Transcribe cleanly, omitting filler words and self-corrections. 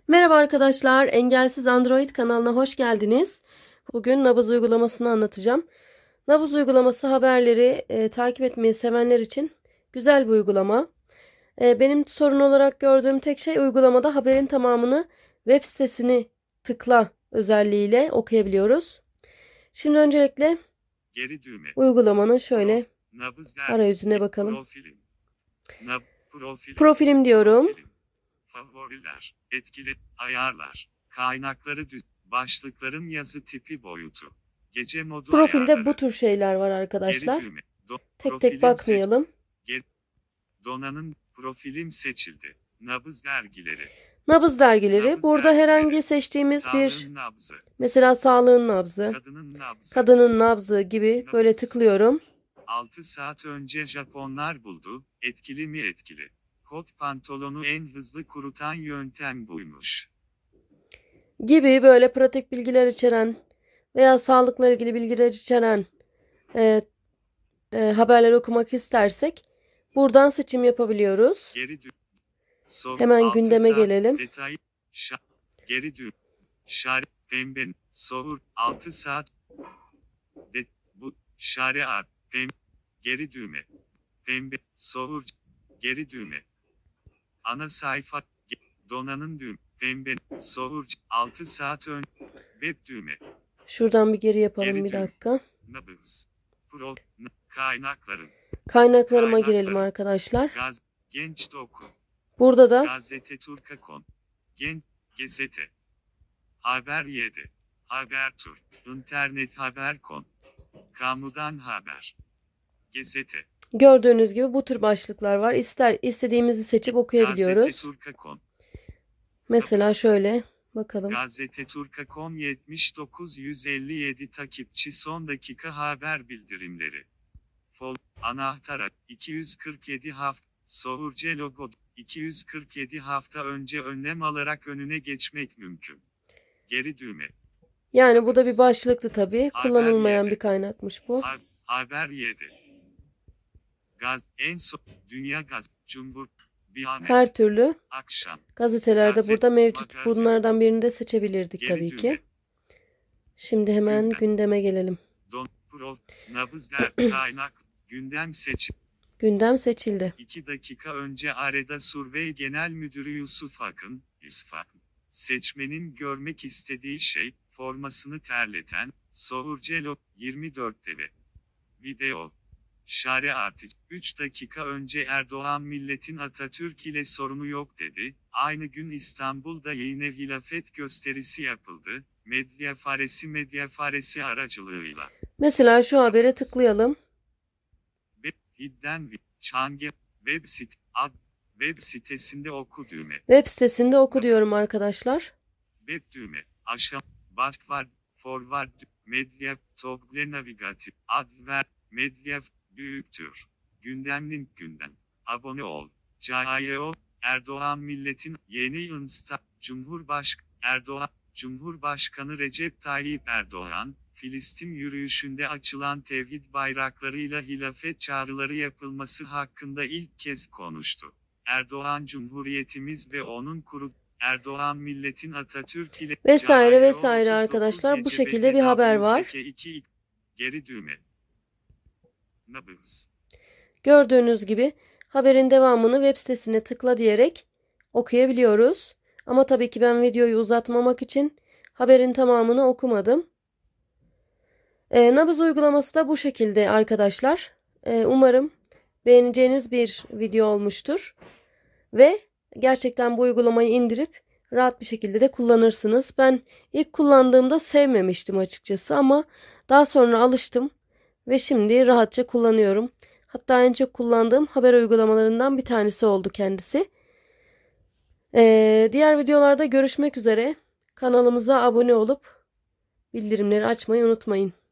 Merhaba arkadaşlar, Engelsiz Android kanalına hoş geldiniz. Bugün nabız uygulamasını anlatacağım. Nabız uygulaması haberleri takip etmeyi sevenler için güzel bir uygulama. Benim sorun olarak gördüğüm tek şey uygulamada haberin tamamını web sitesini tıkla özelliğiyle okuyabiliyoruz. Şimdi öncelikle Geri düğme. uygulamanın şöyle arayüzüne bakalım. Profilim diyorum. Favoriler, etkili, ayarlar, kaynakları başlıkların yazı tipi boyutu, gece modu Profilde ayarları, bu tür şeyler var arkadaşlar. geri düğme, Tek tek bakmayalım. Donanım profilim seçildi. Nabız dergileri. Nabız dergileri. Nabız Burada dergileri, herhangi seçtiğimiz sağlığın nabzı, mesela sağlığın nabzı, kadının nabzı gibi böyle tıklıyorum. 6 saat önce Japonlar buldu, etkili mi etkili? Kot pantolonu en hızlı kurutan yöntem buymuş. Gibi böyle pratik bilgiler içeren veya sağlıkla ilgili bilgiler içeren haberler okumak istersek buradan seçim yapabiliyoruz. Hemen gündeme gelelim. Detay, geri dön. Pembe. Soğur. 6 saat. Bu. Şariat. Pembe. Geri düğme. Pembe. Soğur. Geri düğme. Ana sayfa. Donanım düğme. Pembe. Soğur. 6 saat ön. Web düğme. Şuradan bir geri yapalım Geri bir düğme. dakika. Nabız. Kaynakların. Kaynaklarıma girelim arkadaşlar. Genç doku. Burada da Gazete Turka.com. Genç Gazete. Haber 7. Haber Tur. İnternet haber.com. Kamudan haber. Gazete. gördüğünüz gibi bu tür başlıklar var. İstediğimizi seçip okuyabiliyoruz. Gazete Turka.com. Mesela şöyle bakalım. Gazete Turka.com 7957 takipçi son dakika haber bildirimleri. Anahtara 247 hafta. Soğurce logo 247 hafta önce önlem alarak önüne geçmek mümkün. Geri düğme. Yani bu da bir başlıktı tabii. Kullanılmayan bir kaynakmış bu. Haber 7. Gaz en son Dünya Gaz Cumhur Bihanet. Her türlü Akşam. gazetelerde burada mevcut. Magazin. Bunlardan birini de seçebilirdik Geri tabii düğme. ki. Şimdi hemen gündeme gelelim. Nabızlar kaynak gündem seç. Gündem seçildi. 2 dakika önce Areda Survey Genel Müdürü Yusuf Akın, seçmenin görmek istediği şey, formasını terleten, Soğurcelo, 24 TV. Video. Şariatı, 3 dakika önce Erdoğan milletin Atatürk ile sorunu yok dedi, aynı gün İstanbul'da yine hilafet gösterisi yapıldı, medya faresi aracılığıyla. Mesela şu habere tıklayalım. Çange web sitesinde oku düğme. Web sitesinde oku diyorum arkadaşlar. Web düğme. Aşağı backward forward medya toggle navigatif adver medya büyüktür. Gündemlik gündem. Abone ol. CAO Erdoğan milletin yeni insta Cumhurbaşkanı Recep Tayyip Erdoğan Filistin yürüyüşünde açılan tevhid bayraklarıyla hilafet çağrıları yapılması hakkında ilk kez konuştu. Erdoğan Cumhuriyetimiz ve onun Erdoğan milletin Atatürk ile vesaire arkadaşlar, bu şekilde bir haber var. Geri düğme. Nabız. Gördüğünüz gibi haberin devamını web sitesine tıkla diyerek okuyabiliyoruz. Ama tabii ki ben videoyu uzatmamak için haberin tamamını okumadım. Nabız uygulaması da bu şekilde arkadaşlar. Umarım beğeneceğiniz bir video olmuştur. Ve gerçekten bu uygulamayı indirip rahat bir şekilde de kullanırsınız. Ben ilk kullandığımda sevmemiştim açıkçası ama daha sonra alıştım ve şimdi rahatça kullanıyorum. Hatta en çok kullandığım haber uygulamalarından bir tanesi oldu kendisi. Diğer videolarda görüşmek üzere. Kanalımıza abone olup bildirimleri açmayı unutmayın.